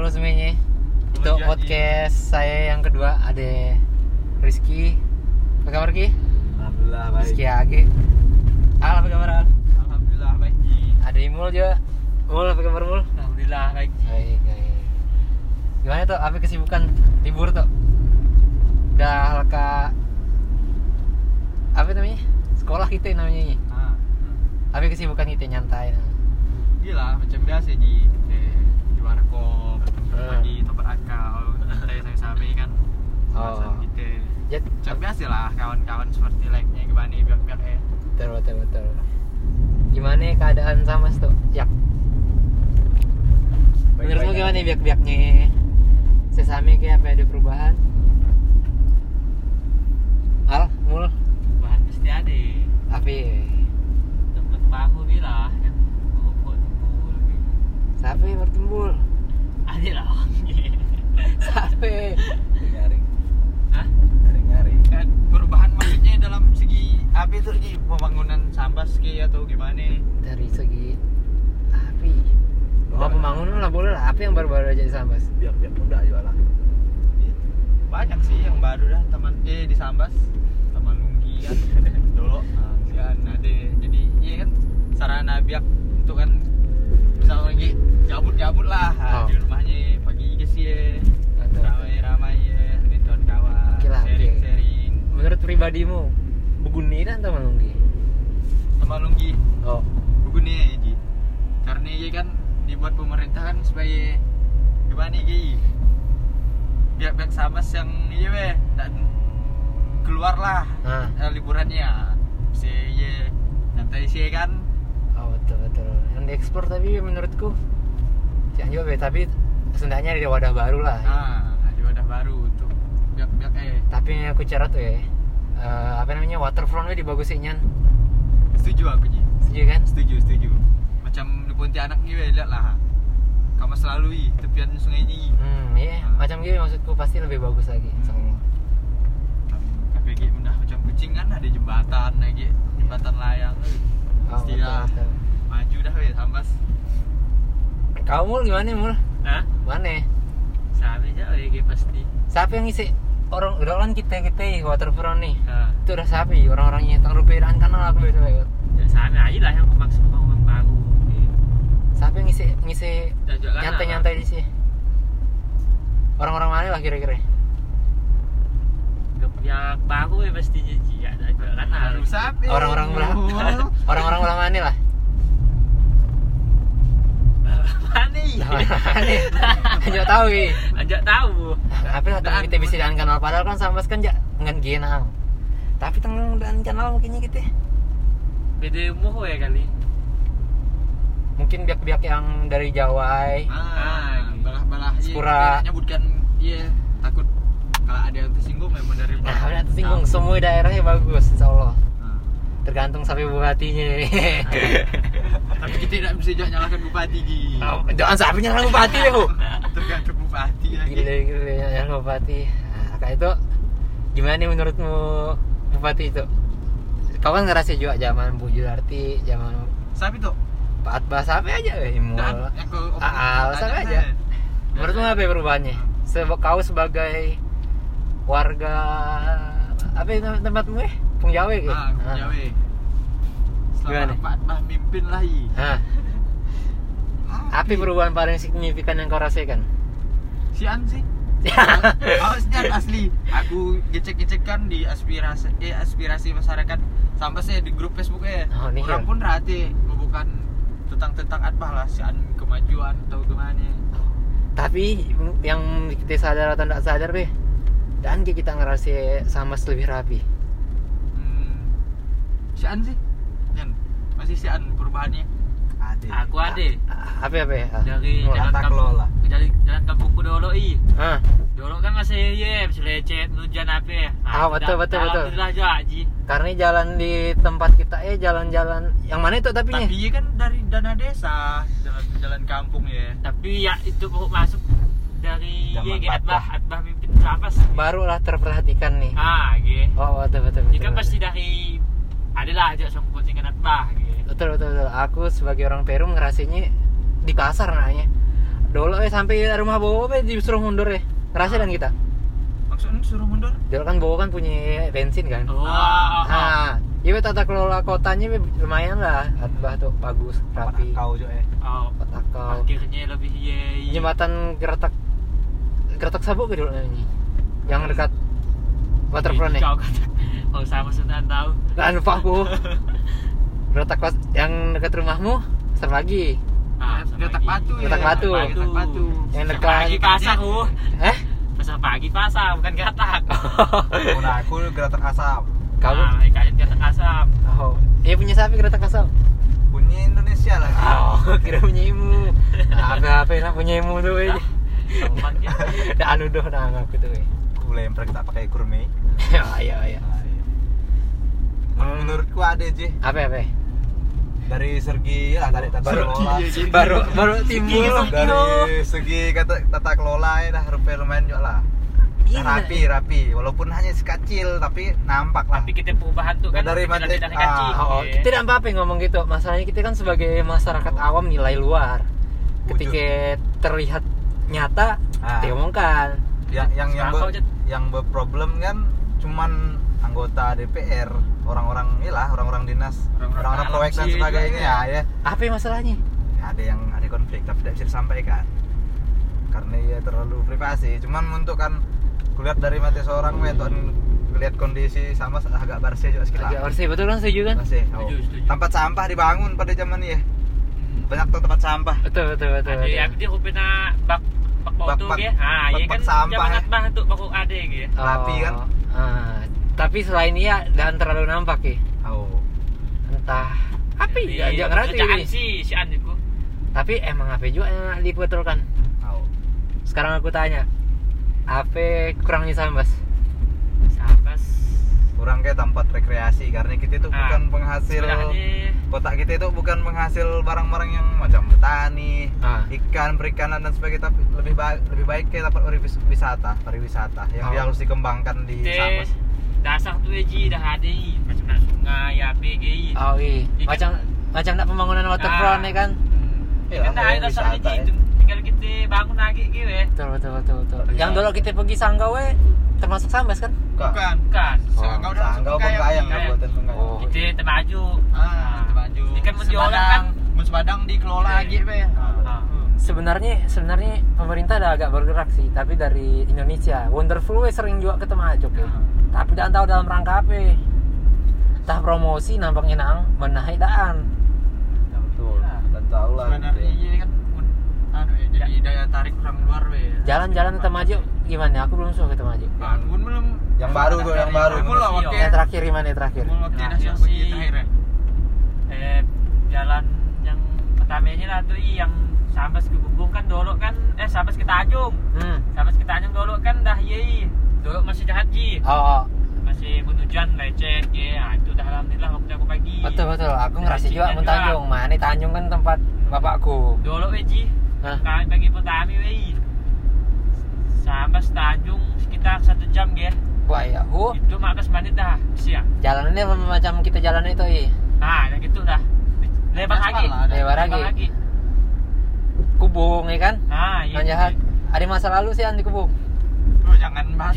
Halo semuanya. Itu podcast saya yang kedua, ada Rizky. Apa kabar Ki? Alhamdulillah baik. Rizky Age. Al, apa kabar Al? Alhamdulillah baik. Ada Imul juga. Mul, apa kabar Mul? Alhamdulillah baik. Baik. Gimana tuh? Apa kesibukan libur tuh? Udah leka apa namanya? Sekolah kita namanya. Apa kesibukan kita nyantai? Gila macam biasa di warkop, lagi tempat akal, santai sama kan. Oh. Kita. Ya, Macam biasa lah kawan-kawan seperti like-nya gimana biar betul. Gimana keadaan Samas tuh? Ya. Menurutmu gimana biak-biaknya Sesame kayak apa, ada perubahan? Al, Mul, bahan pasti ada. tapi Tempat bahu bila yang pokok tumbul gitu. siapa yang bertumbul? Ada lah. Siapa? Nyaring. Hah? Nyaring. Kan perubahan maksudnya dalam segi apa itu Ji? Pembangunan Sambas atau gimana? Dari segi api. Oh, pembangunan lah boleh lah. Apa yang baru-baru aja di Sambas? Biar muda juga lah. Banyak sih yang baru dah teman di Sambas, Taman Lunggi kan dulu kan ada, jadi iya kan sarana biak untuk kan bisa lagi jabut lah di rumahnya pagi ke sih ramai ya dengan kawan-kawan sharing. Menurut pribadimu Beguni dan Taman Lunggi? Taman Lunggi Oh, begini ya Ji, karena iya kan dibuat pemerintah kan supaya gimana Ji, biar Sambas yang iya weh dan keluar lah liburannya sih santai sih kan. Oh betul. Yang diekspor tapi menurutku jangan juga be, tapi seenggaknya ada wadah baru lah. Ada wadah baru untuk biak Tapi yang aku carat tuh ya, apa namanya, waterfrontnya dibagusin. setuju aku Ji. Setuju kan? Setuju. Macam di Pontianak ni weh, lihat lah. Kamu selalu tepian sungai ni. Iya, macam gitu maksudku, pasti lebih bagus lagi. Insyaallah. Tapi mudah macam kucing kan ada jembatan lagi, jembatan layang. Pasti dah Betul. maju dah weh Sambas. Kamu Mul gimana Mul? Hah? Mana? Sama aja weh pasti. Siapa yang ngisi orang udah kan kita waterfront nih? Ha. Itu udah siapa? Orang-orangnya tang rupiah kanal aku itu. Ya sama aja lah yang maksud bangun baru. Siapa yang ngisi nyantai-nyantai di sini? Orang-orang mana lah kira-kira? Yang baru ya pasti Ji ya, kan harus apa? Orang-orang belah mana lah? Mana? Anjak tahu ya. Anjak tahu. Apa lah tang kita bisa dengan kanal, padahal kan Sambas kan ngan genang. Tapi tang dan kanal mungkinnya kita. Beda umur ya kali. Mungkin biak-biak yang dari Jawa. Balah-balah Sepura. Nyebutkan iya, takut kalau ada yang tersinggung memang dari Nah, udah tersinggung. Semua daerahnya bagus, insyaallah. Tergantung sampai bupatinya. Tapi kita tidak bisa nyalahkan bupati Ji. Jangan sampai nyalahin bupati deh, Bu. Tergantung bupati lagi. Gila nyalahin bupati. Nah, kayak itu gimana nih menurutmu bupati itu? Kau kan ngerasa juga zaman Bu Jularti, zaman Siapa itu? Pak Atbas, sampai aja Imul. Sampai aja. Menurutmu apa perubahannya? Kau sebagai warga apa tempatmu Pung Jawa gitu? Pung Jawa. Selama Pak Atbas mimpin lah Apa perubahan paling signifikan yang kau rasakan? Sian sih. Harusnya asli. Aku ngecek kan di aspirasi masyarakat sampai saya di grup Facebook orang pun rati bukan tentang Atbas lah, sian kemajuan atau gimana. Tapi yang kita sadar atau tidak sadar dan kita ngerasa Sambas lebih rapi. Sian sih. Masih sian perubahannya. Aku ada. Apa ya? Dari jalan kampungku dulu dulu kan masih lecet hujan apa. Betul. Alhamdulillah Ji. Karena jalan di tempat kita jalan-jalan yang mana itu tapi kan dari dana desa, jalan kampung ya. Tapi ya itu masuk dari Atbah mimpin Sambas. Barulah terperhatikan nih. Gitu. Oh, betul. Ini kan pasti dari adalah aja sangkut dengan Atbah gitu. Betul. Aku sebagai orang Perum ngerasanya di pasar namanya. Dulu sampai rumah Bowo disuruh mundur ya. Ngerasain kan kita. Maksudnya suruh mundur? Dulu kan Bowo kan punya bensin kan. Oh. Nah, iya tata kelola kotanya lumayan lah. Atbah tuh bagus, rapi. Kau juga ya. Oh. Patakau. Akhirnya lebih ye. Jembatan Geretak Sabuk gitu namanya. Yang dekat waterfront ya. Kau kata. Oh sama sudah tahu. Kan lupa aku. Geretak yang dekat rumahmu, sebentar lagi. Geretak Batu ya. Geretak Batu. Geretak Batu. Yang dekat Pagi pasar pasar pagi pasar bukan geretak. Nah, aku Geretak Asap. Kamu? Kalian geretak asap. Oh, iya punya sapi Geretak Asap. Punya Indonesia lagi. Oh, kira punya imu. Apa lah punya imu tuh aja. Sopan ya. Dah anu doh nah aku tuh. Aku lempar kita pakai gourmet. Iya. Menurutku ada aja Apa? dari segi lah tadi tata kelola. Baru timbul. Dari segi tata kelola ya dah lumayan juga lah. Rapi walaupun hanya sekecil tapi nampak lah. Tapi kita perubahan tuh kan Dari tidak kecil. Tidak apa-apa ngomong gitu. Masalahnya kita kan sebagai masyarakat awam nilai luar. Ketika terlihat nyata, kita omongkan. Yang berproblem kan cuman anggota DPR, orang-orang dinas, orang-orang proyek dan sebagainya ya. Apa masalahnya? Ada konflik tapi tidak bisa disampaikan karena ya terlalu privasi. Cuman untuk kan kulihat dari mata seorang untuk lihat kondisi sama agak bersih juga sekitar. Agak bersih, betul kan, setuju kan? Bersih. Setuju. Tempat sampah dibangun pada zaman ini ya. Banyak tuh tempat sampah. Betul. Ada dia rupanya bak foto ya. Iya kan sampah zaman bah tuh baku ada gitu. Rapi kan? Tapi selain iya dan terlalu nampak ya. Entah apa ya, jangan ngerti si Andiku. Tapi emang apa juga yang dibetulkan? Sekarang aku tanya, apa kurangnya Sambas? Kurang kayak tempat rekreasi karena kita itu bukan penghasil kota kita itu bukan penghasil barang-barang yang macam petani, ikan, perikanan dan sebagainya, tapi lebih baik kayak tempat pariwisata yang dia harus dikembangkan di Sambas. Dasar tuh Eji dah ada macam sungai PGI. Oh iya. Macam nak pembangunan waterfront ya kan? Kan ada dasar Eji tinggal kita bangun lagi gitu ya. Betul. Yang dulu kita pergi Sanggau termasuk Sambas kan? Bukan. Sanggau Bengkayang Kabupaten Bengkayang. Kita Temaju. Temaju. Ikan menjualan kan Padang dikelola lagi ya. Sebenarnya pemerintah udah agak bergerak sih, tapi dari Indonesia Wonderful sering juga ke Temaju ya. Tapi tidak tahu dalam rangka apa. Entah promosi nampaknya nang menaik daan. Betul. Dan tahu lah. Sebenarnya iya kan jadi daya tarik orang luar we. Jalan-jalan ke Temaju gimana? Aku belum suka ke Temaju. Bangun belum. Yang baru. Yang terakhir gimana terakhir? Jalan yang pertamanya lah tuh yang Sambas ke Gubung kan dulu kan Sambas ke Tanjung. Sambas ke Tanjung dulu kan dah yei. Dulu masih jahat ji. Masih menujuan lecet ya. Itu dah alhamdulillah waktu aku pagi. Betul. Aku ngerasa juga mau Tanjung. Mana Tanjung kan tempat bapakku. Dulu Ji. Kami pagi pertama wei. Sambas Tanjung sekitar 1 jam ya. Wah ya. Itu 15 menit dah siang. Jalannya macam kita jalan itu yang gitu dah. Lebar lagi. Kubung ya kan? Iya. Jahat. Ada masa lalu sih di Kubung. Jangan bahas.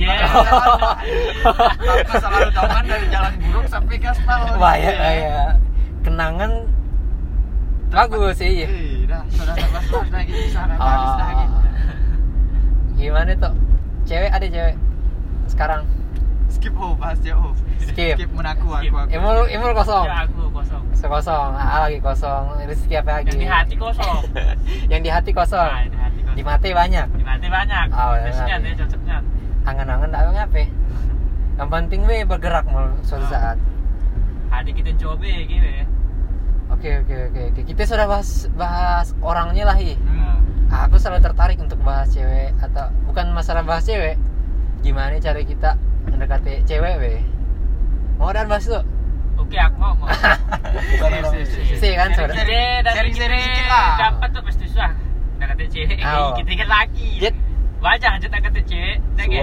Masa lalu tahuan dari jalan buruk sampai ke aspal. Wah ya. Kenangan bagus sih. Sudah bahas lagi di sana lagi. Gimana tuh? Ada cewek sekarang? Skip bahas jauh. Skip menaku aku. Emul kosong. Ya aku kosong. Sekosong, lagi kosong. Rezeki apa lagi? Yang di hati kosong. Yang di hati kosong. Di mati banyak. Biasanya deh cocoknya. Angan-angan tak apa. Yang penting bergerak suatu saat. Hari kita coba gitu ya. Oke. Kita sudah bahas orangnya lah Aku selalu tertarik untuk bahas cewek atau bukan masalah bahas cewek. Gimana cara kita mendekati cewek Mau dan bahas tuh? Oke, aku mau. Si kan sudah. Dari kita dapat tuh pasti susah. Dekati cewek. Kita kan lagi. Wajah aja dekati cewek.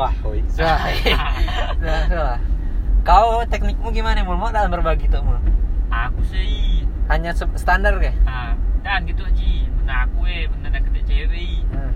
Sudah. Kau teknikmu gimana mau dalam berbagi tuh Aku sih hanya standar kayak. Dan gitu Ji. Benar aku benar dekati cewek.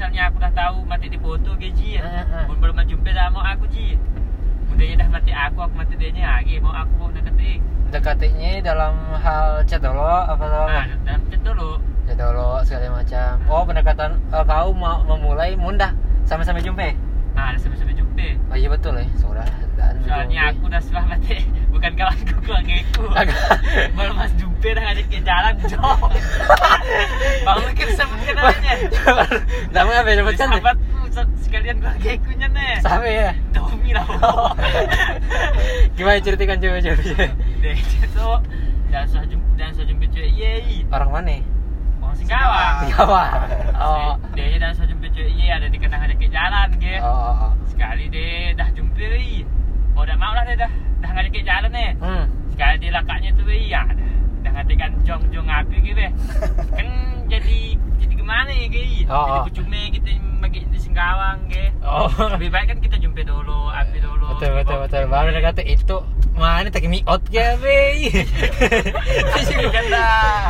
misalnya aku dah tahu mati di foto ke ji. Pun belum jumpa sama aku ji. Udah dah mati aku mati dia nya lagi mau aku mau dekatinya dalam hal chat dulu apa dalam chat dulu segala macam. Oh, pendekatan kau mau memulai mudah sama-sama jumpa. Nah, sama-sama jumpa. Oh iya betul ya, sudah. Soalnya aku udah sudah mati, bukan kawanku keluargaku. Baru mas jumpa dah ngajak ke jalan jauh. Bang mikir sebutkan namanya. Namanya apa sebutkan? Sahabatku sekalian keluargaku nya nih. Sama ya. Tommy lah. Gimana ceritakan coba. Deh, itu dan saya jumpa cewek iya. Orang mana? Orang Singkawa. Oh. Dia dan saya jumpa cewek iya ada di kena ngajak ke jalan ke. Oh. Sekali deh dah jumpa oh dah mau lah dia dah ngajak ke jalan nih. Sekali dia lakaknya tuh iya dah ngatikan jong api gitu kan jadi gimana ya gitu. Jadi percuma kita bagi di Singkawang gitu. Lebih baik kan kita jumpa dulu api dulu. Betul. Baru dia kata itu mana tak miot ke be. Sih kata.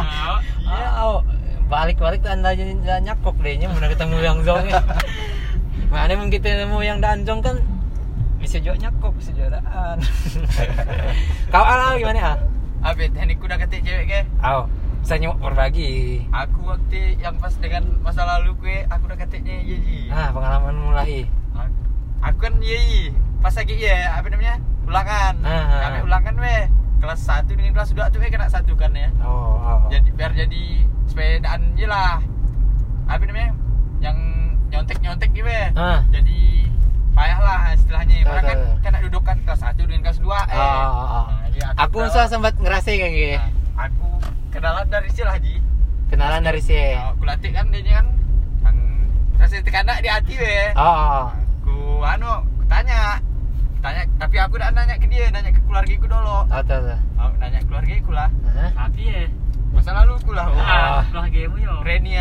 Balik tuh anda nyakok deh nya mana ketemu yang zong. Mana mungkin kita nemu yang danjong kan bisa juga nyakok sejaraan. Kau ala gimana ah? Abis teknikku udah ketik cewek ke? Saya nyok berbagi. Aku waktu yang pas dengan masa lalu aku udah ketiknya iya. Pengalaman mulai. Aku kan iya. Pas lagi apa namanya? Ulangan. Kami ulangan kelas 1 dengan kelas 2 tuh kena satu kan ya. Jadi biar jadi sepedaan je lah. Apa namanya? Yang nyontek gitu Jadi payah lah istilahnya. Orang kan kena dudukan kelas 1 dengan kelas 2 aku sempat ngerasain kayak gitu. Aku kenalan dari si lah Ji. Kenalan dari si. Aku latih kan dia kan rasa tekanak di hati Aku tanya tapi aku udah nanya ke dia, nanya ke keluargaku dulu. Nanya ke keluargaku lah. Tapi masa lalu aku lah. Keluargamu yo. Reni.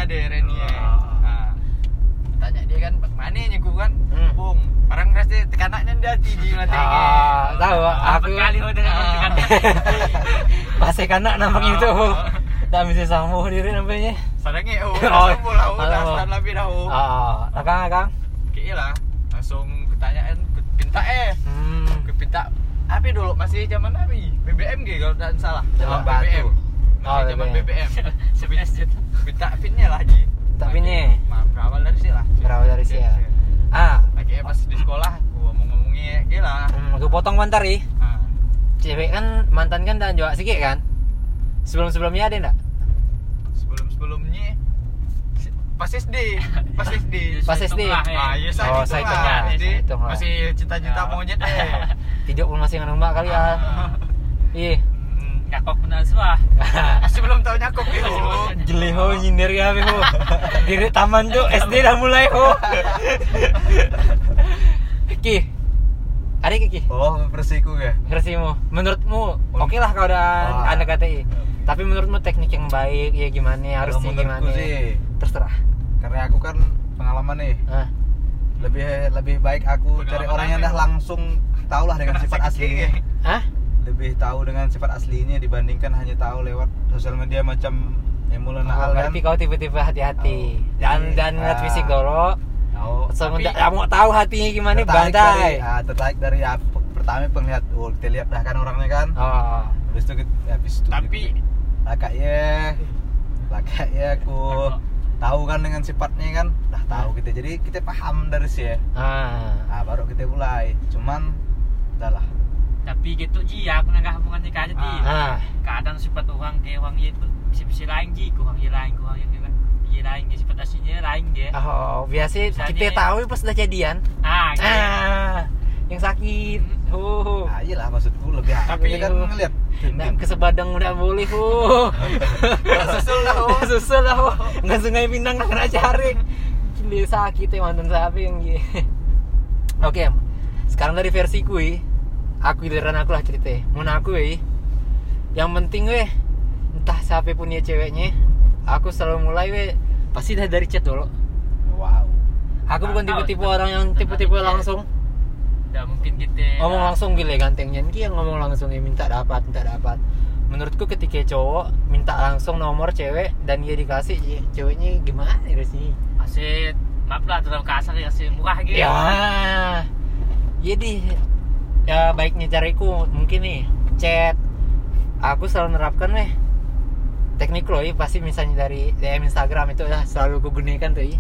Tanya dia kan, mana nyaku kan? Bung, orang rasa tekanaknya di hati di mati. Tahu aku kali udah tekanak. Pasti kanak nampaknya itu. Tak bisa sambung diri nampaknya. Sadangnya sambung lah, udah lebih dah. Akang. Oke lah, langsung ketanyaan pinta Kepinta apa dulu masih zaman apa? BBM kalau tidak salah. Zaman BBM. Masih zaman BBM. Pinta pinnya lah Ji. Pinnya. Berawal dari sini lah. Lagi pas di sekolah aku ngomongnya gila. Aku potong bentar nih. Cewek kan mantan kan dan juga sikit kan? Sebelumnya ada enggak? Sebelumnya pas SD. Iya saya hitung lah. Masih cita-cita monyet Tidak pun masih ngomong kali ya. Iya. Nyakok benar semua. Masih belum tahu nyakok Gile nyindir ya be Diri taman tuh SD dah mulai Ki. Ada Ki. Versiku ya. Versimu. Menurutmu oke lah kau udah Anda KTI. Tapi menurutmu teknik yang baik ya gimana? Harusnya gimana? Sih, terserah. Karena aku kan pengalaman nih. Lebih baik aku cari orang yang dah langsung tahu lah dengan sifat aslinya. Lebih tahu dengan sifat aslinya dibandingkan hanya tahu lewat sosial media macam emulan kan. Berarti kau tipe-tipe hati-hati. Dan ngeliat fisik dulu. Semenjak mau tahu hatinya gimana bandai. Tertarik dari pertama penglihat. Kita lihat dah kan orangnya kan. Habis itu tapi lakaknya aku tahu kan dengan sifatnya kan dah tahu kita, jadi kita paham dari sih baru kita mulai, cuman udahlah. Tapi gitu Ji, aku nggak hubungannya aja Ji. Kadang sifat orang kayak orang itu bisa lain Ji, kurang lain sifat aslinya lain dia. Biasa kita tahu pas udah jadian. Yang sakit. Iyalah maksudku lebih. Tapi kan ngeliat kesebadang udah boleh. Susul lah. Nggak Sungai Pinang nggak kena cari. Cili sakit ya mantan siapa yang Oke, sekarang dari versiku aku giliran aku lah cerita. Mau aku yang penting entah siapa punya ceweknya, aku selalu mulai pasti dari chat dulu. Wow. Aku bukan tipe-tipe orang yang tipe-tipe langsung. Tidak mungkin kita ngomong langsung gile gantengnya yang ngomong langsung minta dapat. Menurutku ketika cowok minta langsung nomor cewek dan dia dikasih ceweknya gimana sih? Asik maaf lah terlalu kasar ya sih murah gitu. Ya. Jadi ya baiknya cariku mungkin nih chat. Aku selalu nerapkan teknik lo pasti misalnya dari DM Instagram itu udah selalu gue gunakan tuh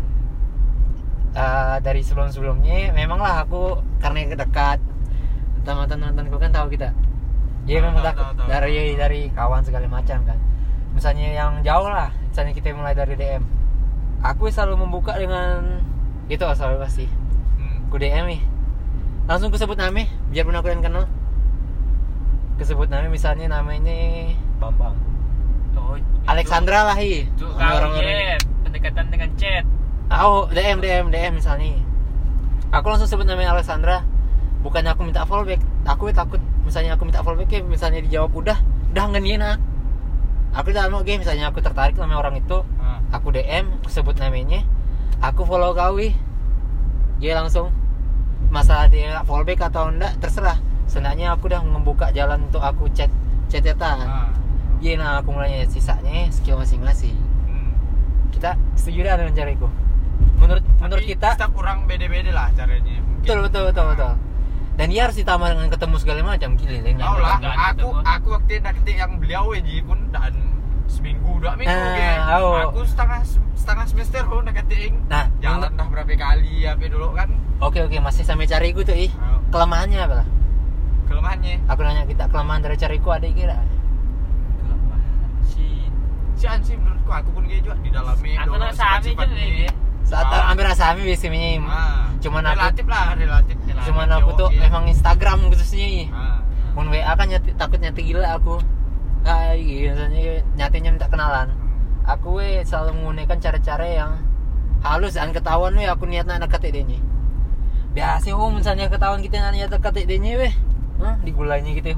dari sebelumnya memanglah aku karena dekat teman-temanku kan tahu kita ya memang tahu. dari kawan segala macam kan misalnya yang jauh lah misalnya kita mulai dari DM aku selalu membuka dengan itu selalu pasti ku DM nih langsung ku sebut nama biarpun aku yang kenal kesebut nama misalnya namanya Bambang Alexandra lah itu orang-orang pendekatan dengan chat DM misalnya aku langsung sebut namanya Alexandra bukannya aku minta follow back aku takut misalnya aku minta follow back misalnya dijawab udah ngenin aku udah mau misalnya aku tertarik sama orang itu aku DM aku sebut namanya aku follow kau dia langsung masalah dia follow back atau enggak terserah senangnya aku udah membuka jalan untuk aku chat-chatan aku mulainya sisanya skill masing-masing kita setuju dah dengan caraku menurut kita setiap orang beda-beda lah caranya mungkin. Betul dan dia harus ditambah dengan ketemu segala macam gila tahu lah aku waktu ketik yang beliau pun dan seminggu 2 minggu aku setengah semester udah ketik jalan dah berapa kali apa dulu kan oke masih sampai cariku tuh kelemahannya apa aku nanya kita kelemahan dari cariku ada kira si Ansi menurutku aku pun kayak juga di dalamnya aku sami juga dia hampir sami biasanya cuman relatif cuman aku tuh memang Instagram khususnya mun WA kan takut nyati gila aku misalnya nyatinya minta kenalan aku selalu menggunakan cara-cara yang halus dan ketahuan aku niatnya dekat dia biasa misalnya ketahuan kita niatnya dekat dia digulainya gitu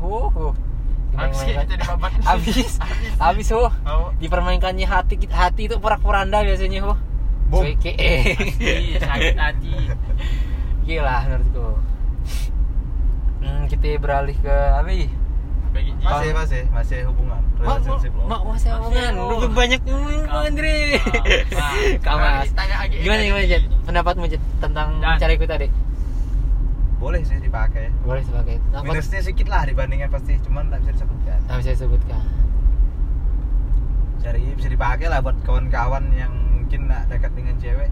habis dipermainkannya hati itu porak-poranda biasanya cueke sakit hati gila menurutku kita beralih ke apa masih hubungan relationship masih hubungan lebih banyak Andre gimana pendapatmu tentang cariku tadi boleh sih dipakai minusnya sedikit lah dibandingkan pasti cuman tak bisa disebutkan cari bisa dipakai lah buat kawan-kawan yang mungkin nak dekat dengan cewek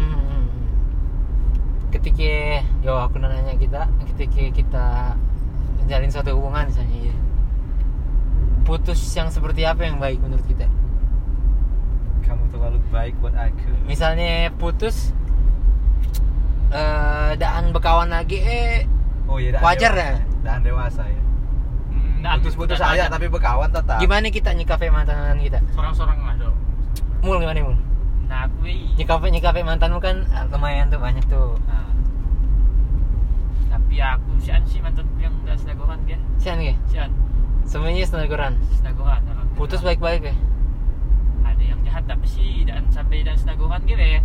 ketika aku nanya kita menjalin suatu hubungan misalnya putus yang seperti apa yang baik menurut kita kamu terlalu baik buat aku misalnya putus daan bekawan lagi wajar ya daan dewasa ya putus aja tapi bekawan tetap gimana kita nyikapi mantan kita sorang-sorang lah dong gimana nah aku nyikapi mantanmu kan lumayan tuh banyak tuh tapi aku si mantanku yang udah senagoran dia sian semuanya senagoran putus baik-baik ya ada yang jahat tapi sih dan sampai dan senagoran gitu ya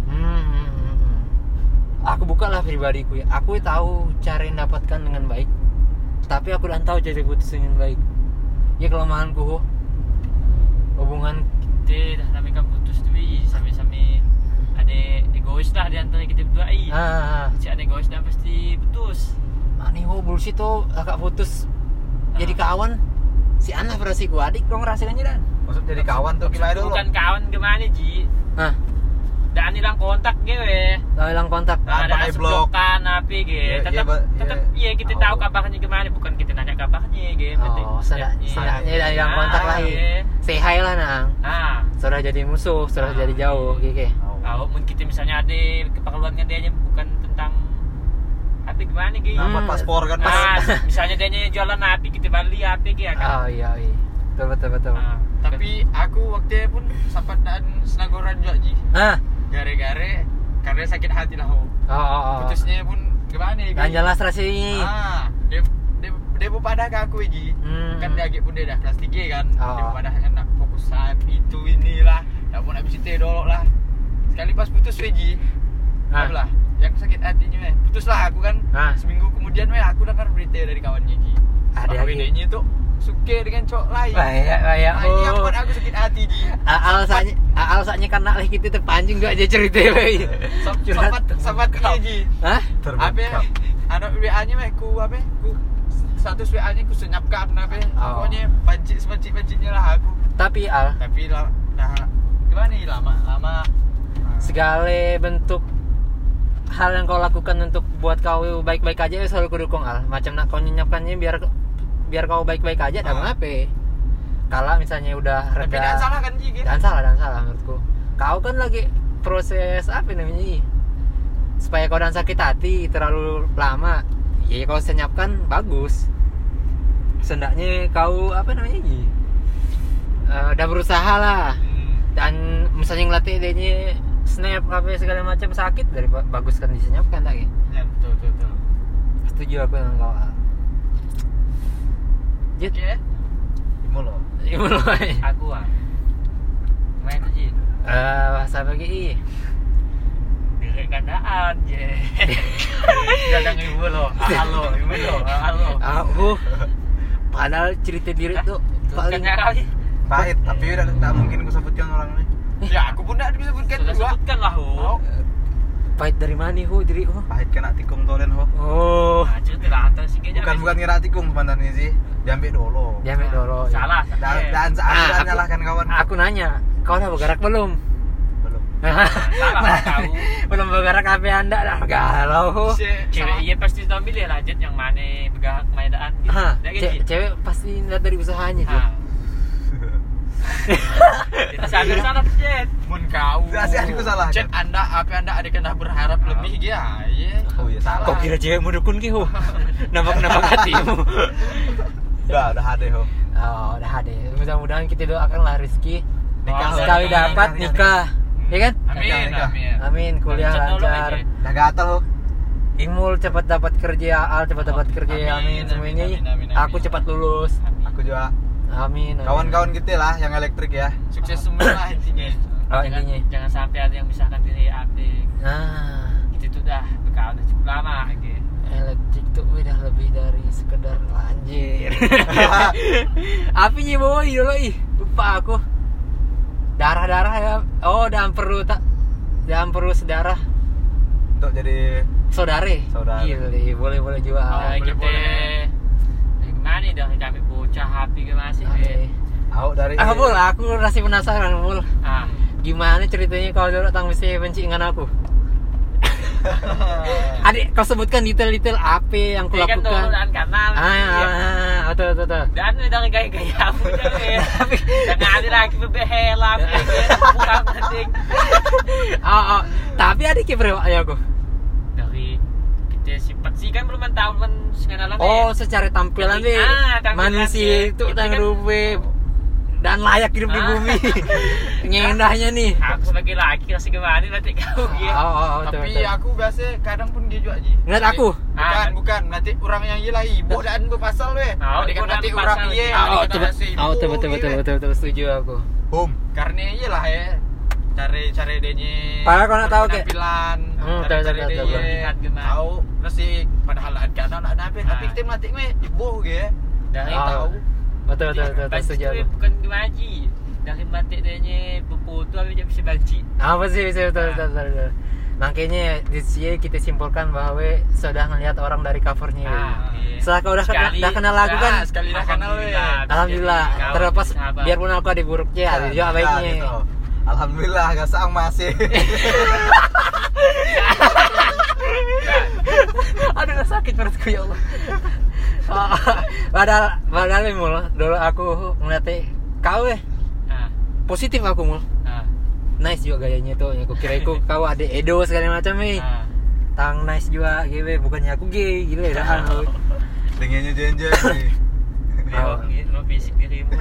aku bukalah pribadiku ya aku tahu cara yang dapatkan dengan baik tapi aku dan tahu cara putus dengan baik ya kelemahanku hubungan kita dah namanya putus tuh sampai ada egois lah di antara kita berdua si ada egois dan pasti putus bullshit tuh kakak putus jadi kawan si anak versi gua adik kau ngerasain aja dan maksud jadi kawan tuh gimana dulu bukan kawan gimana Ji dan hilang kontak gitu hilang kontak ada seblokan api gitu tetap kita tahu kabarnya gimana bukan kita nanya kabarnya gitu setidaknya hilang kontak lah say hi lah sudah jadi musuh sudah jadi jauh gitu mungkin kita misalnya ada keperluannya dia bukan tentang api gimana gitu dapat paspor kan misalnya dia jualan api kita beli api gitu kan iya betul tapi aku waktu pun sempat dan senagoran juga Ji gara-gara karena sakit hati lah putusnya pun gimana kan jelas rasanya dia pun pada ke aku Ji kan dia pun dia dah kelas 3 kan dia pada nak fokusan itu inilah tak pun habis itu dulu lah sekali pas putus Ji lah yang sakit hatinya putus lah aku kan seminggu kemudian aku dengar berita dari kawannya Ji ada bedanya tuh suka dengan cowok lain. Kayak Ini yang buat aku sakit hati Ji. Alasannya karena lah kita terpancing gak aja cerita lagi. Sahabat dia Ji. Hah? Apa? Anak WA-nya ku status WA-nya ku senyapkan apa? Pokoknya pancik-panciknya lah aku. Tapi dah gimana nih lama segala bentuk hal yang kau lakukan untuk buat kau baik-baik aja selalu kudukung macam nak kau nyiapkannya biar kau baik-baik aja dah mengapa kalau misalnya udah reda. Tapi dan salah kan Ji gitu. Dan salah menurutku kau kan lagi proses apa namanya supaya kau dan sakit hati terlalu lama ya kau senyapkan bagus sendaknya kau apa namanya udah berusaha lah dan misalnya ngelatih dia snap apa segala macam sakit dari bagus kan disenyapkan tak ya betul setuju aku dengan kau Jit ya imulo aku main tuh Jit bahasa bagi direk kandaan je dadang imulo halo aku padahal cerita diri tuh paling kali pahit tapi udah tak mungkin aku sebutkan orang nih. Ya aku pun tak disebutkan sudah juga. Sebutkan lah pahit dari mana diri pahit kena tikung tolen cerita lah antar sikit bukan ngira tikung sebenarnya sih diambil dulu salah dan saat nyalahkan kawan aku nanya kau udah bergerak belum salah tahu belum bergerak HP anda dah galau cewek iya pasti tahu milih lah Jet yang mana bergerak maidaan cewek pasti lihat dari usahanya tuh kita salah Jet mun kau aku salah Jet anda ada kena berharap lebih dia oh iya salah kau kira cewek mau dukun ki nampak hatimu udah ada udah ada mudah-mudahan kita doakan lah rezeki nikah sekali dapat nikah ya kan amin kuliah lancar udah gatel Imul cepat dapat kerja cepat dapat kerja amin semuanya aku cepat lulus aku juga amin kawan-kawan kita lah yang elektrik ya sukses semua lah intinya intinya jangan sampai ada yang misalkan diri update itu tuh dah berkawan udah cukup lama gitu elektrik tuh udah lebih dari sekedar anjir apinya boy dulu lupa aku darah ya dan perlu sedarah untuk jadi saudara gila boleh juga boleh gimana dari kami bocah HP ke masih dari aku masih penasaran gimana ceritanya kalau dulu tang bisa benci dengan aku adik kau sebutkan detail-detail apa yang aku lakukan kan kanal betul dan dari gaya-gayamu tapi jangan ada lagi bebehelam bukan penting tapi adik kiper ya aku dari kita sifat sih kan belum tahu kan sengaja secara tampilan nih manusia itu tang rupa dan layak hidup di bumi ngendahnya nih aku sebagai laki kasih gimana nanti kau tapi aku biasa kadang pun dia juga Ji ngeliat aku bukan nanti orang yang ilahi bodaan berpasal weh kan nanti orang betul setuju aku karena iyalah ya cari denya padahal kau nak tahu kayak penampilan cari dia tahu resik padahal ada anak tapi kita mati ibu gitu dari tahu betul setuju aku bukan ngaji dari mati denya berfoto tapi dia bisa baca apa sih betul makanya di sini kita simpulkan bahwa sudah ngelihat orang dari covernya setelah kau udah kenal lagu kan sekali dah kenal alhamdulillah terlepas biarpun aku ada buruknya ada juga baiknya gitu. Alhamdulillah gak sang masih aduh sakit perutku ya Allah padahal mul dulu aku ngeliatnya kau positif aku mul nice juga gayanya tuh aku kira kau ada edo segala macam tang nice juga gitu bukannya aku gay gitu ya dengannya jenjen lo fisik dirimu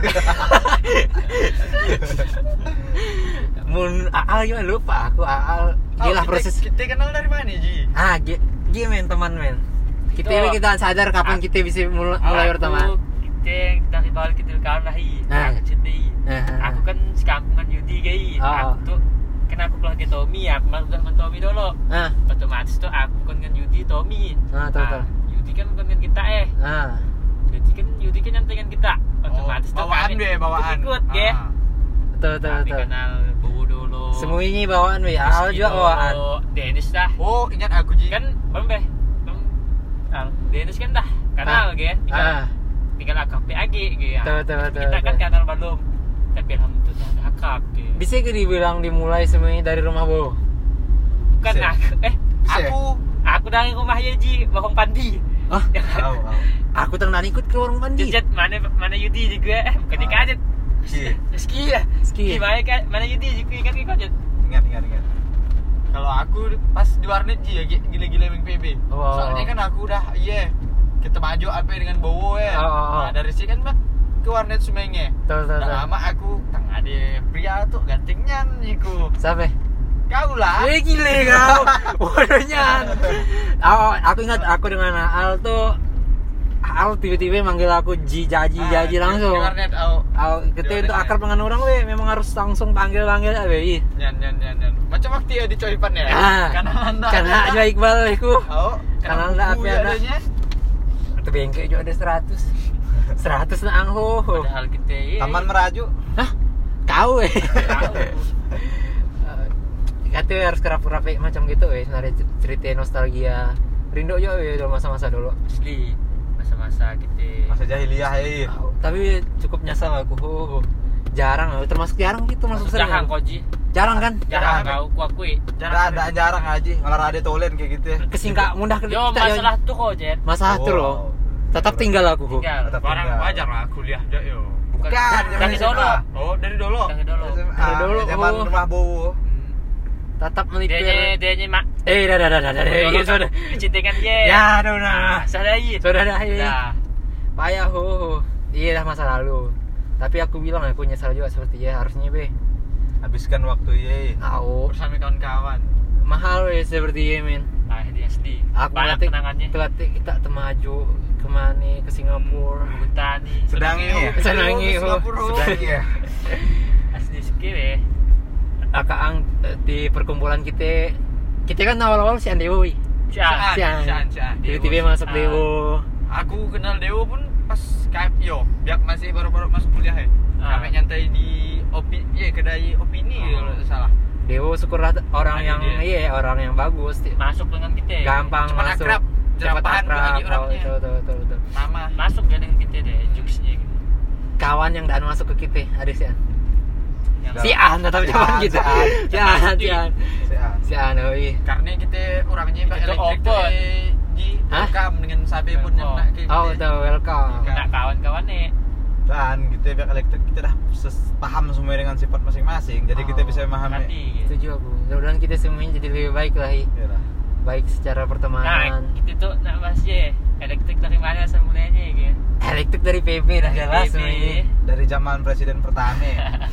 mun Aal juga lupa aku Aal gila proses kita kenal dari mana Ji gimana teman men kita sadar kapan kita bisa mulai berteman kita dari bawah kita kawan lah aku kan sekampungan Yudi gay aku tuh kan aku keluarga Tommy aku masuk dengan Tommy dulu otomatis tuh aku kan dengan Yudi Tommy tahu Yudi kan bukan dengan kita Jadi kan Yudi kan nyantengan kita. Otomatis tuh bawaan kami be, bawaan. ikut ge. Betul. Kami kenal Bowo dulu. Semuanya bawaan be. Al juga bawaan. Dennis dah. Oh, ingat aku Ji. Kan Bang Be. Dennis kan dah kenal ge. Tinggal AKP lagi ge. Betul. Kita kan kenal belum. Tapi alhamdulillah ada akrab ge. Bisa ke dibilang dimulai semuanya dari rumah Bowo? Bukan Bisa. aku dari rumah Yeji, Warung Pandi. Hah? Tahu. Aku tengah ikut ke warung mandi. Jejet mana Yudi juga bukan dikajet. Ski ya. Ski. Mana Yudi juga kan ikut jet. Ingat. Kalau aku pas di warnet Ji ya gila-gila main PB. Wow. Soalnya kan aku udah kita maju apa dengan Bowo ya. Oh. Nah, dari sini kan Mbak ke warnet Sumenge. Betul. Udah lama aku tengah ada pria tuh gantingnya niku. Siapa? Kau lah. Gile kau. Bodohnya. Aku ingat aku dengan Al tuh. Al tiba-tiba manggil aku jaji langsung. Di warnet Kita itu akrab dengan orang we, memang harus langsung panggil ya we. Nyan. Macam waktu ya di Coipan ya. Karena aja Iqbal iku. Karena Karena api ada. adanya. Tuh bengke juga ada 100. 100 na angho. Padahal kita Taman Meraju. Hah? Kau we. tahu. Kata harus kerap-kerap macam gitu we, sebenarnya cerita nostalgia. Rindu juga we dalam masa-masa dulu. Asli masa-masa kita Masa jahiliyah ya. Tapi cukup nyesal aku. Jarang, termasuk jarang gitu masuk sering. jarang koji. Jarang kan? Jarang kau kuakui. Jarang aja. Malah rada tolen kayak gitu ya. Kesingkat mudah ke Yo masalah tuh kok Jet. masalah tuh loh. Tetap tinggal aku. Tinggal. Tetap Barang tinggal. wajar lah kuliah dah yo. Bukan Bukan, dari zaman dulu. SMA. Oh, dari dulu. Dari dulu. Dari dulu, Zaman oh. rumah Bowo. Tetap melipir. Dia mak. Dah. Sudah. Dicintakan dia. Ya, udah. Sudah iya. Sudah dah. Dah. Payah Iya dah masa lalu. Tapi aku bilang aku nyesal juga seperti ya harusnya be. Habiskan waktu ye. Bersama kawan-kawan. Mahal we seperti ya men. Ah, dia sedih. Aku Banyak nanti kenangannya. kelatih kita temaju kemana ke Singapura. Butani. Sedangnya ya. Sedangnya, Sedangnya. Asli skill ya. Akaang di perkumpulan kita kan awal-awal si Andewi. Cian. Tiba-tiba masuk Dewo. Aku kenal Dewo pun pas Skype yo. Biar masih baru-baru masuk kuliah ya. Kami nyantai di kedai opini kalau tidak salah. Dewo syukurlah orang Ada yang dia. orang yang bagus. Masuk dengan kita. Gampang Cepat masuk. akrab. Cepat Paham akrab. lagi orangnya. Betul. Nama. Masuk ya dengan kita deh. Jokesnya gitu. Kawan yang dan masuk ke kita ada si An. Yang Si An tetap zaman gitu. Si An. Karena kita orangnya Kita elektrik open. di Hah? rekam dengan sabe pun yang nak ke Oh, kita. tuh welcome. nak kawan-kawan nih. Dan kita pihak elektrik kita dah paham semua dengan sifat masing-masing. Jadi kita bisa memahami. Nanti. Setuju aku. Mudah-mudahan kita semuanya jadi lebih baik lah. Yalah. Baik secara Nah, pertemanan. kita tuh nak bahas ya. Elektrik dari mana asal mulanya gitu. Elektrik dari PP dah jelas semuanya. Dari zaman presiden pertama.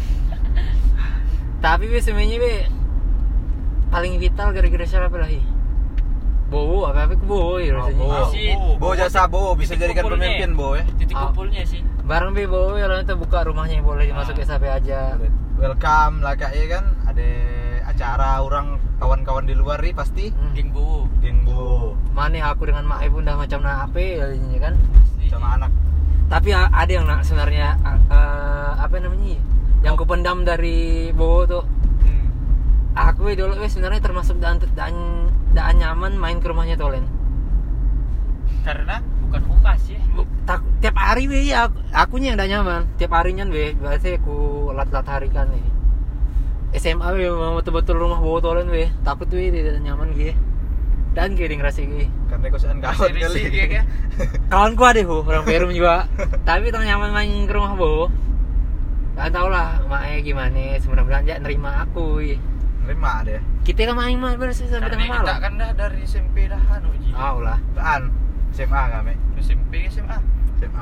Tapi be semuanya be paling vital gara-gara siapa lagi? Bowo apa ke Bowo ya rasanya. Bowo jasa Bowo bisa Titik jadikan kumpulnya. pemimpin Bowo ya. Titik kumpulnya sih. Bareng be Bowo ya itu buka rumahnya boleh dimasukin sampai aja. Welcome lah kak ya kan. Ada acara orang kawan-kawan di luar nih pasti. Geng Bowo. Geng Bowo Mana aku dengan Mak Ibu udah macam apa ya kan. sama anak. Tapi ada yang nak sebenarnya apa namanya? Yang kupendam dari Bowo tuh. Aku dulu sebenarnya termasuk dan nyaman main ke rumahnya Tolen. Karena Bukan humas ya. Tiap hari we ya akunya yang dah nyaman. Tiap harinya we biasa aku lat-lat hari kan nih. SMA we mau betul-betul rumah Bowo Tolen we. Takut we tidak nyaman gitu. Dan kiring rasa gitu. Karena kosan kawan kali. ya. Kawanku ada orang Perum juga. Tapi tak nyaman main ke rumah Bowo. Gak tau lah maknya gimana. Sebenarnya dia nerima aku. Nerima deh. Kita kan main bersih sampai Karena tengah kita malam. kan dah dari SMP dah anu Ji. Lah. Kan SMA kami. SMP SMA. SMA.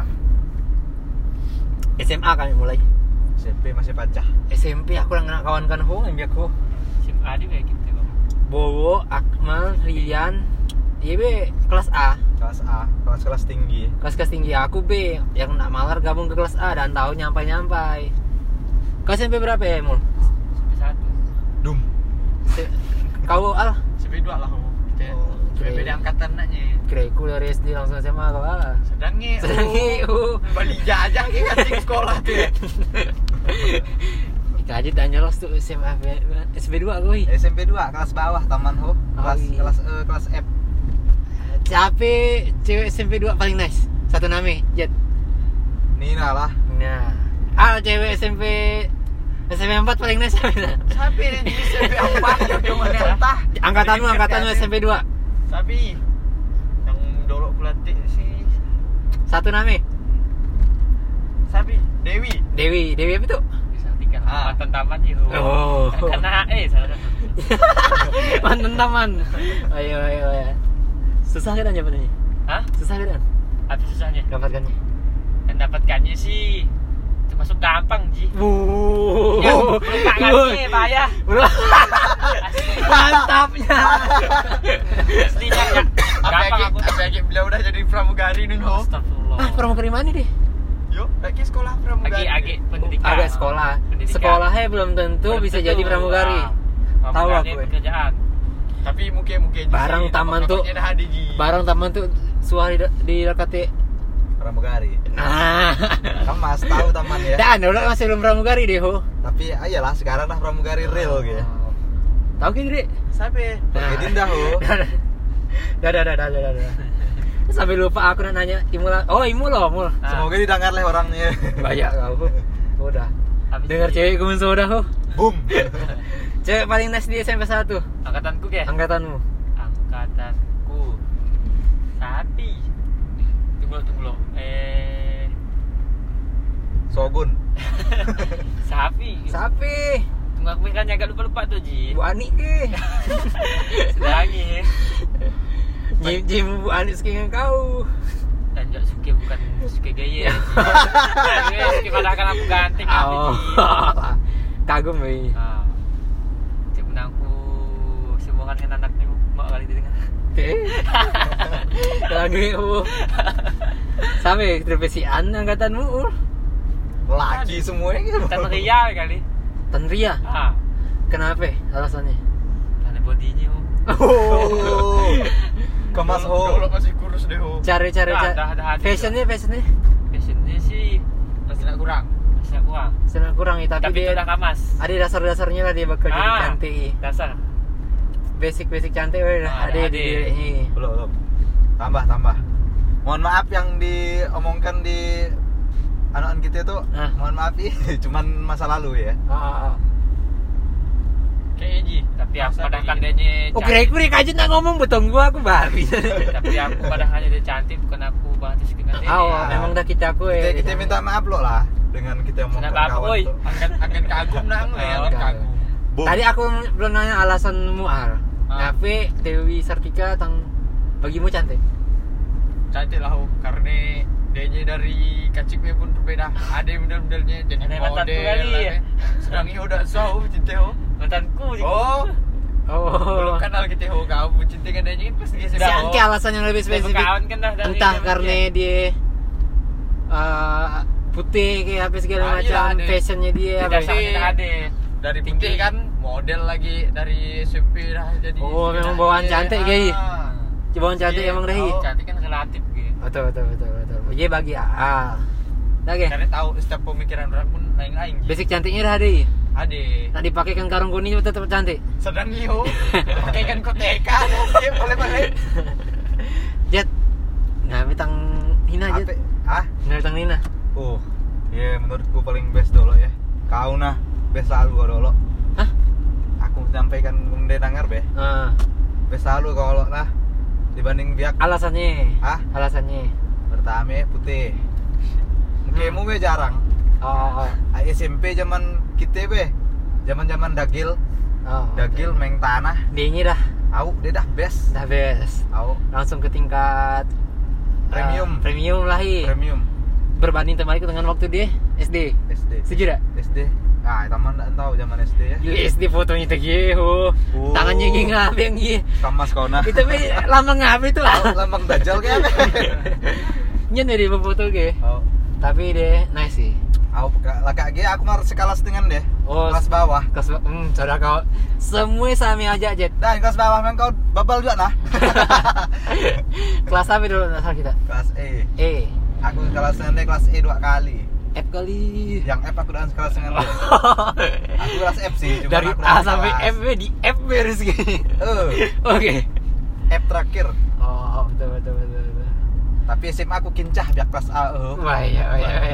SMA kami mulai. SMP masih pacah. SMP aku lang kawan kan ho yang aku. SMA di kayak gitu bang. Bowo, Akmal, Rian. Iya be kelas A. Kelas A, kelas tinggi. Kelas tinggi aku B yang nak malar gabung ke kelas A dan tahu nyampai. Kau SMP berapa ya, Mul? Sampai 1. Dum. Kau Al? SMP 2 lah kamu. Kita Beda angkatan aja. Kiraku dari SD langsung SMA apa? Sedang Balija aja kan di sekolah tuh. Kaji tanya los tuh SMA SMP 2 gue. SMP 2 kelas bawah taman ho. Kelas F. Siapa cewek SMP 2 paling nice? Satu nama, Jet. Nina lah. Nah. Cewek SMP 4 paling nice siapa? Siapa nih SMP 4 cuma entah. Angkatanmu SMP 2. Siapa? Yang dulu pelatih sih. Satu nama. Siapa? Dewi apa tuh? Mantan taman sih. Oh. Karena salah. Mantan taman. Ayo. Susah kan jawabannya? Hah? Susah kan? Apa susahnya? Dapatkannya sih termasuk gampang, Ji. Ya, lupakannya bahaya. Mantapnya. Aslinya gampang aku. Apalagi beliau udah jadi pramugari nih, ho. Astagfirullah. Pramugari mana deh? Yuk, lagi sekolah pramugari. Lagi pendidikan. Agak sekolah. Sekolahnya belum tentu bisa jadi pramugari. Tahu aku. Pekerjaan. Tapi mungkin barang taman tuh suara di dekat pramugari. Nah, Kan Mas tahu taman ya. Dan dulu masih belum pramugari deh, ho. Tapi ayolah sekarang dah pramugari real gitu. Tahu kan, Dre? Siapa? Begini dah, ho. Dah. Sampai lupa aku nanya Imul. Oh, Imul. Semoga didengar oleh orangnya. Banyak kau. Udah. Dengar cewek gue sudah, ho. Boom. Cewek paling nice di SMP 1. Angkatanku ke? Angkatanmu. Angkatanku. Sapi. Tunggu. Sogun. Sapi. Tunggu aku kan agak lupa tuh, Ji. Bu Ani ke. Sedangi. Jim Bu Ani sekian kau. Dan juga bukan suka gaya. Suka padahal aku ganteng Oh. Kagum, weh. Cik menangku semua kan anaknya mau kali didengar. Lagi sampai terpesian angkatanmu. Lagi semuanya gitu. Tanria kali. Tanria? Kenapa? Alasannya? Karena bodinya. Oh. Kemas ho. Dulu masih kurus deh, ho. Cari. Fashionnya sih masih kurang. Senang kurang ya, tapi dia udah kamas. Ada dasar-dasarnya lah dia bakal jadi cantik. Dasar. Basic cantik udah ada di dirinya. Belum. Tambah. Mohon maaf yang diomongkan di anak kita itu. Mohon maaf cuman masa lalu ya. Kayaknya Ji, tapi aku padahal dia Oh, kira-kira dia kaji nak ngomong betong aku babi. Tapi aku padahal dia cantik, bukan aku batas dengan dia. Memang dah kita Kita minta maaf lo lah dengan kita yang mau kawan tuh. Akan kagum nang ya, kagum. Tadi aku belum nanya alasanmu Ar. Tapi Dewi Sartika bagimu cantik. Cantik lah, karena dia dari kaciknya pun berbeda. Ada model-modelnya jadi model. Sedang ini udah jauh cinta ho. Mantanku juga. Belum kenal kita ho, kau cinta kan dia kan pasti dia sudah. Si alasan yang lebih spesifik. Entah karena dia putih kayak apa segala macam, fashionnya dia dari putih kan model lagi dari SMP dah jadi. Memang bawaan cantik guys. Bawaan cantik emang dah. Cantik kan relatif gitu. Betul. Iya bagi Lagi. Karena tahu setiap pemikiran orang pun lain-lain. Basic cantiknya dah ada. Ade. Nak dipakaikan karung kuning tetap cantik. Sedang iyo. Pakaikan koteka. Boleh. Jet. Nggak bitang Nina Jet. Nggak bitang Nina. Ya menurutku paling best dulu ya. Kau nah best selalu dulu. Hah? Aku sampaikan mendengar be. Best selalu kalau lah dibanding biak. Alasannya? Alasannya? Pertama putih. Mukemu be jarang. SMP zaman kita be, zaman dagil, dagil main tanah. Dia dah. Dia dah best. Langsung ke tingkat premium lah Premium. Berbanding terbalik dengan waktu dia SD. Setuju tak? SD. Taman tak tahu zaman SD ya. SD fotonya tegiho. Tangannya gini ngabe yang gini. Sama sekolah. Itu be lambang ngabe itu. Lambang dajal kayak apa? Nyen dari foto ke. Tapi deh nice sih. Laki aku harus sekalas dengan deh. kelas bawah. Saudara kau semua sami aja Jet. Dan kelas bawah memang kau babal juga nah. Kelas apa dulu asal kita? Kelas E. E. Aku kelas E 2 kali. F kali. Yang F aku dan kelas dengan aku kelas F sih, cuma dari aku A sampai F di F beres gini. Oke. F terakhir. Oh, betul. Tapi SMA aku kincah biar kelas A. Wah, iya.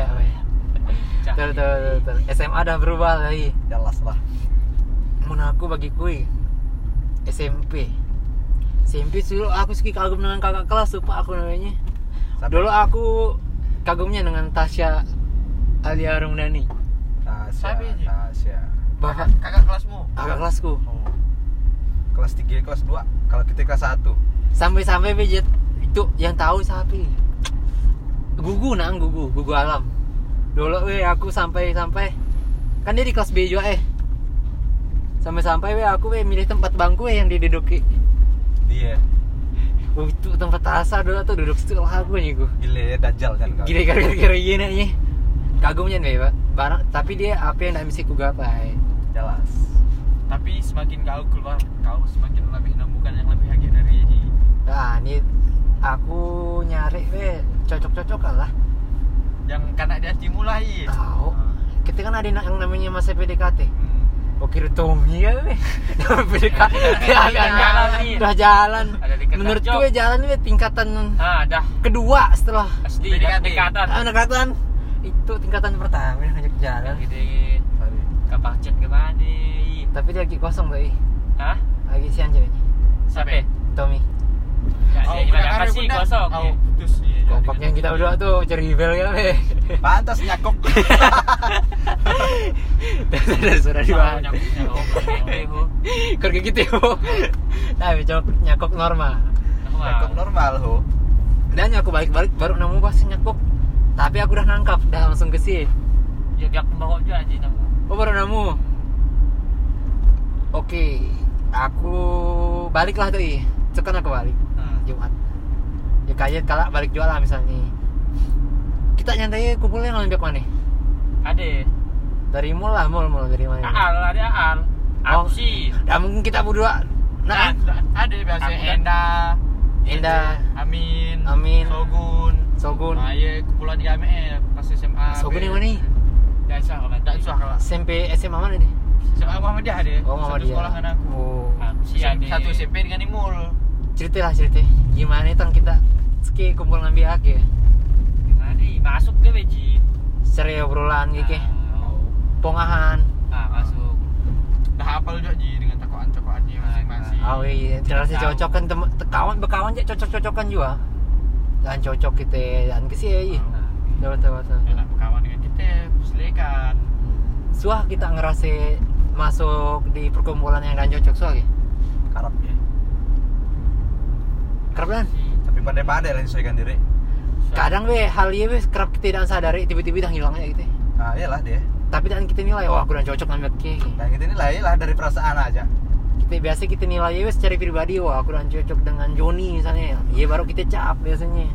Betul. SMA dah berubah lagi. Jelas lah. Mun aku bagi kui SMP dulu aku suka kagum dengan kakak kelas lupa aku namanya. Dulu aku kagumnya dengan Tasya Alia Rumdani. Tasya. Bapak kakak kelasmu. Kakak kelasku. Kelas 3, kelas 2. Kalau kita kelas 1. Sampai bejet itu yang tahu siapa? Gugu alam. Dulu aku sampai kan dia di kelas B juga sampai aku milih tempat bangku yang diduduki. Iya. Itu tempat asa dulu tuh duduk setelah aku nih gua. Gile ya dajal kan kau. Gile gara-gara gini nih. Kagumnya nih, Pak. Barang tapi dia apa yang enggak bisa ku gapai. Jelas. Tapi semakin kau keluar, kau semakin lebih menemukan yang lebih bahagia dari ini. Nah, ini aku nyari cocok-cocokan lah. Yang kanak di hatimu lah iya. Tahu. Kita kan ada yang namanya masa PDKT. Kira Tommy ya PDKT. Udah jalan. Menurut gue jalan tingkatan dah kedua setelah pendekatan. Itu tingkatan pertama ngajak jalan. Gitu. Kapak chat kemana? Tapi dia lagi kosong tuh. Hah? Lagi sian ceweknya. Siapa? Tommy. Gimana sih kosong? Putus. Kompaknya kita berdua tuh cari bel ya, Pantas nyakok. Dari suara di bawah. Kerja gitu. Tapi nyakok normal. Nyakok normal ho. Dan aku balik-balik baru nemu pas nyakok. Tapi aku udah nangkap, udah langsung ke sini. Ya biar bawa aja nemu. Oh baru nemu. Oke, aku baliklah tuh Cekan aku balik Jumat. Ya kayak kalau balik jual lah misalnya. Kita nyantai kumpulnya ngambil mana? Ada. Dari mall dari mana? Ada Al. Oh sih. Dah mungkin kita berdua. Nah, ada biasanya Enda, Amin, Sogun. Iya kumpulan di AMF pas SMA. Sogun yang mana? Dak usah kalau. SMP SMA mana nih? SMA Muhammadiyah ada. Oh Muhammadiyah. Sekolah dengan aku. Oh. Satu SMP dengan Imul. Cerita. Gimana kita ski kumpul ngambil hak ya? Gimana nih? Masuk ke Beji. Seri obrolan gitu. Pongahan. Masuk. Dah hafal juga Ji dengan cokokan-cokokannya masing-masing. Oh iya, terasa cocok kan berkawan aja cocok-cocokan juga. Dan cocok kita dan ke sih. Betul. Enak berkawan dengan kita, selekan. Suah kita ngerasa masuk di perkumpulan yang dan cocok suah ya. Karap ya. Kerap kan? Tapi pandai-pandai lah menyesuaikan diri. Kadang hal ini kerap kita tidak sadari tiba-tiba dah hilangnya gitu. Nah iyalah dia. Tapi dan kita nilai, wah aku udah cocok sama dia. Dan kita nilai lah dari perasaan aja. Kita nilai secara pribadi, wah aku udah cocok dengan Joni misalnya. Iya baru kita cap biasanya.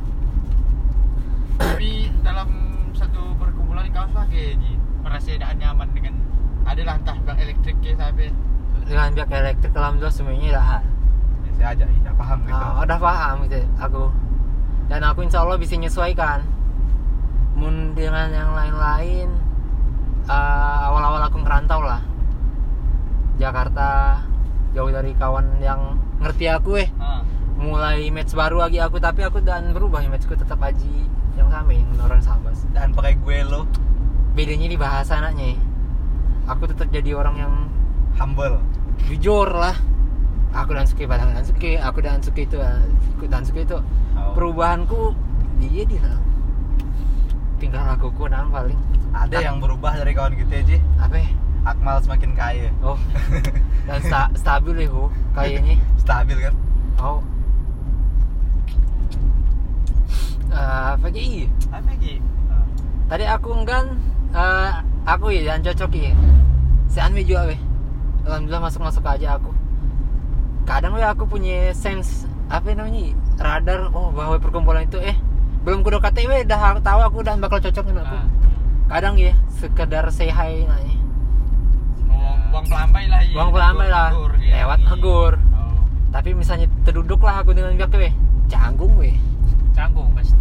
Tapi dalam satu perkumpulan kau suka Ji, merasa tidak nyaman dengan adalah entah bang elektrik ke sampai dengan pihak elektrik alhamdulillah semuanya dah. Biasa aja, udah paham gitu. Udah paham gitu aku. Dan aku insya Allah bisa menyesuaikan. Mun dengan yang lain-lain, awal-awal aku ngerantau lah. Jakarta, jauh dari kawan yang ngerti aku mulai match baru lagi aku, tapi aku dan berubah matchku tetap Aji yang sama yang orang Sambas. Dan pakai gue lo. Bedanya di bahasa anaknya. Aku tetap jadi orang yang humble, jujur lah. Aku dan suka itu. Perubahanku dia lah. Tingkah lakuku dan paling. Ada yang berubah dari kawan kita Ji. Apa? Akmal semakin kaya. Oh. Dan stabil ya kayaknya. Stabil kan? Oh. Apa lagi? Tadi aku aku ya jangan cocok ya. Sean juga alhamdulillah masuk aja aku. Kadang aku punya sense apa namanya radar bahwa perkumpulan itu belum kudu KTW dah tahu aku dan bakal cocok dengan aku. Kadang ya sekedar say hi nanya. Buang pelambai lah. Buang pelambai lah. Lewat Hagur. Oh. Tapi misalnya terduduk lah aku dengan biak weh. Canggung weh. Canggung pasti.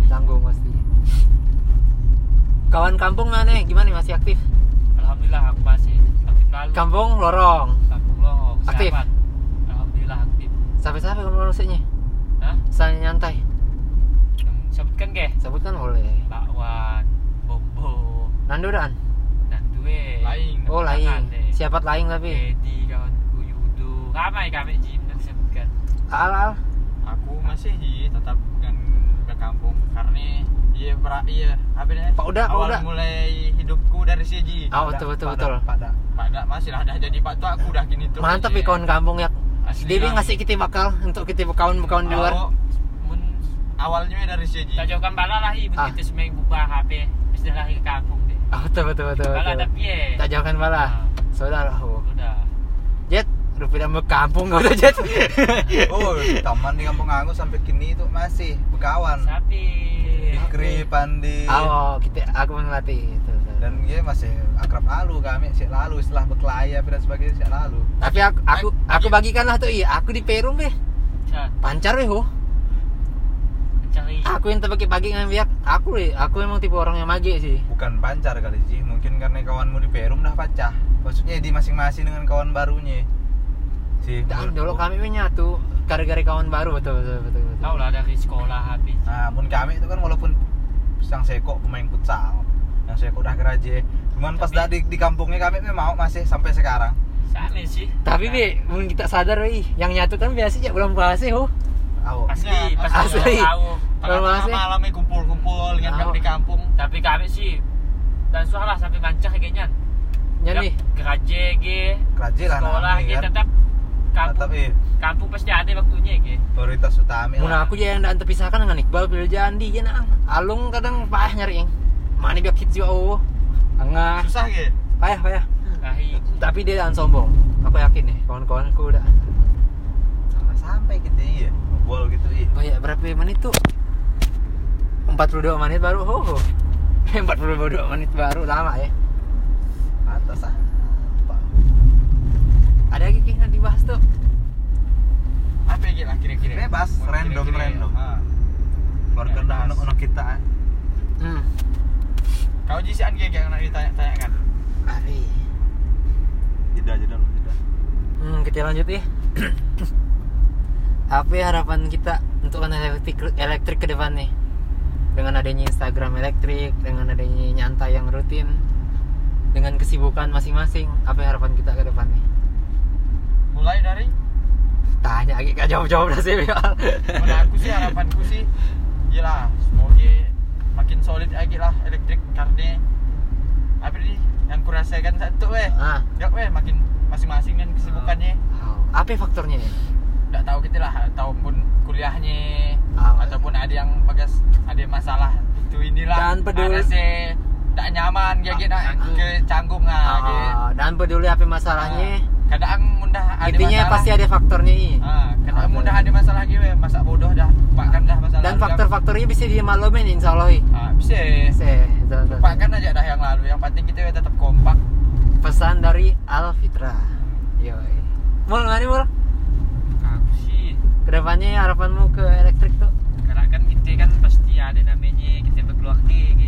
Kawan kampung mana? Gimana masih aktif? Alhamdulillah aku masih aktif lalu. Kampung Lorong. Aktif. Sahabat. Alhamdulillah aktif. Sampai kamu maksudnya? Hah? Saya nyantai. Sebutkan ke? Sebutkan boleh. Bakwan, Bombo, Nando dan? Nandue. Lain. Oh lain. Siapa lain tapi? Edi kawanku Yudo. Ramai kami Jim nak sebutkan. Al. Aku masih tetap kan ke kampung karena apa namanya? Pak Uda. Mulai hidupku dari sini. Oh betul. Pak Dak masih lah dah jadi Pak Tua aku dah gini tuh. Mantap ya kawan kampung ya. Dewi ngasih kita bakal untuk kita berkawan-kawan di luar. Awalnya dari sini. Tak jauhkan bala lah ibu kita seminggu buka HP. Mesti lah ke kampung deh. Oh betul. Bala ada piye? Tak jauhkan bala. Saudara. Sudah. Jet, rupiah berkampung kau tuh Jet. Oh, taman di kampung aku sampai kini itu masih berkawan. Sapi. Fikri, Pandi. Oh, aku mengelatih itu. Dan dia masih akrab lalu kami sih lalu setelah berkelahi dan sebagainya sih lalu. Tapi aku bagikan lah tuh aku di Perum deh. Pancar weh Cari. Aku yang terbagi-bagi dengan biak. Aku memang tipe orang yang mage sih. Bukan pancar kali sih, mungkin karena kawanmu di Perum dah pecah. Maksudnya di masing-masing dengan kawan barunya. Dan dulu kami menyatu gara-gara kawan baru betul. Tahu lah dari sekolah habis. Nah, mun kami itu kan walaupun sang Seko pemain futsal, yang Seko udah geraje. Cuman pas dah di kampungnya kami memang masih sampai sekarang. Sama sih. Tapi be, mun kita sadar yang nyatu kan biasanya belum bahasa Asli. Malamnya kumpul-kumpul dengan di kampung. Tapi kami sih dan suara sampai mancah kayaknya. Nyani Geraje lah sekolah kan? Tetap kampung pasti ada waktunya prioritas utama lah. Aku yang ndak terpisahkan dengan Iqbal pilih Jandi ya nang. Alung kadang payah nyari yang mana biak hitsio enggak susah payah. Tapi dia jangan sombong. Aku yakin nih kawan-kawanku udah sampai gitu ya. Bol gitu banyak berapa menit tuh 42 menit baru 42 menit baru lama ya atas apa ada lagi yang dibahas tuh apa lagi lah kira-kira bebas random keluarga anak kita kau jisian yang nak ditanya-tanyakan Ari jeda kita lanjut ya. Apa harapan kita untuk elektrik ke depan nih? Dengan adanya Instagram elektrik, dengan adanya nyantai yang rutin, dengan kesibukan masing-masing, apa harapan kita ke depan nih? Mulai dari? Tanya lagi, gak jawab-jawab dah sih. Harapanku sih, yelah, semoga makin solid lagi lah elektrik karena apa nih yang kurasakan satu makin masing-masing kan kesibukannya. Apa faktornya? Nggak tahu kita lah, ataupun kuliahnya ataupun ada yang bagas ada masalah itu inilah dan peduli tidak nyaman ke canggung dan peduli apa masalahnya kadang mudah ada intinya masalah. Pasti ada faktornya kadang mudah ada masalah gitu masa bodoh dah lupakan dah masalah dan faktor-faktornya bisa dimaklumin insyaallah bisa lupakan aja dah yang lalu, yang penting kita tetap kompak. Pesan dari Alfitra mul kedepannya harapanmu ke elektrik tuh? Karena kan kita kan pasti ada namanya kita berkeluarga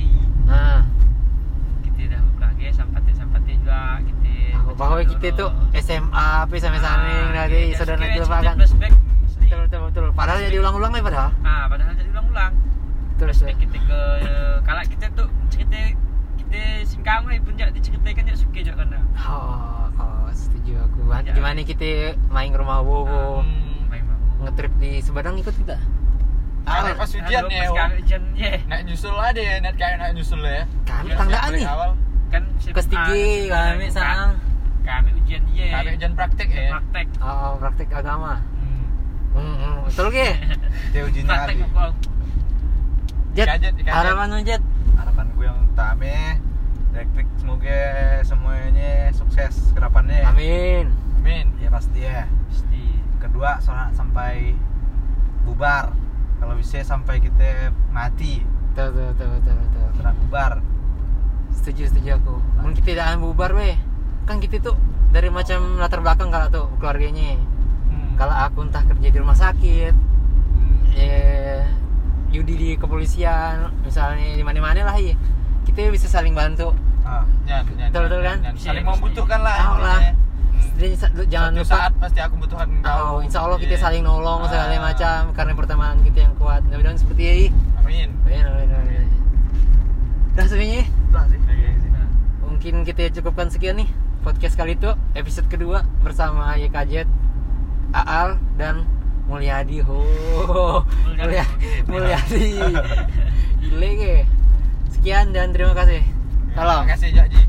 kita dah berkeluarga sampai juga kita bahwa kita tuh SMA sampai dari saudara kita kan betul padahal jadi ulang-ulang padahal jadi ulang-ulang terus kita ke kalau kita tuh cerita kita singkang pun jak diceritakan jak suka jak kan setuju aku gimana kita main ke rumah Bobo ngetrip di Sebadang ikut kita. Pas ujian nak nyusul ada ya, nak nyusul ya. Kami tanggaan nih. Kan kelas 3 kami sang. Kami ujian Kami ujian praktek ya. Praktek agama. Betul ke? Dia ujinya hari. Jet, harapan Jet. Harapanku yang utama elektrik semoga semuanya sukses ke depannya. Amin. Ya pasti ya. Kedua sampai bubar, kalau bisa sampai kita mati. Betul. Bubar. Setuju aku. Mungkin kita tidak bubar kan kita tuh dari macam latar belakang kalau tuh keluarganya. Kalau aku entah kerja di rumah sakit, Yudi di kepolisian, misalnya di mana-mana lah ya. Kita bisa saling bantu. Betul kan? Saling membutuhkan lah. Jangan suatu lupa saat pasti aku butuhkan kau. Insya Allah kita saling nolong segala macam karena pertemanan kita yang kuat. Mudah-mudahan seperti ini. Amin. Dah sebenarnya. Dah sih. Mungkin kita cukupkan sekian nih podcast kali itu episode kedua bersama YKJ, Aal dan Mulyadi. Mulyadi. Gile ke. Sekian dan terima kasih. Terima kasih Jaji.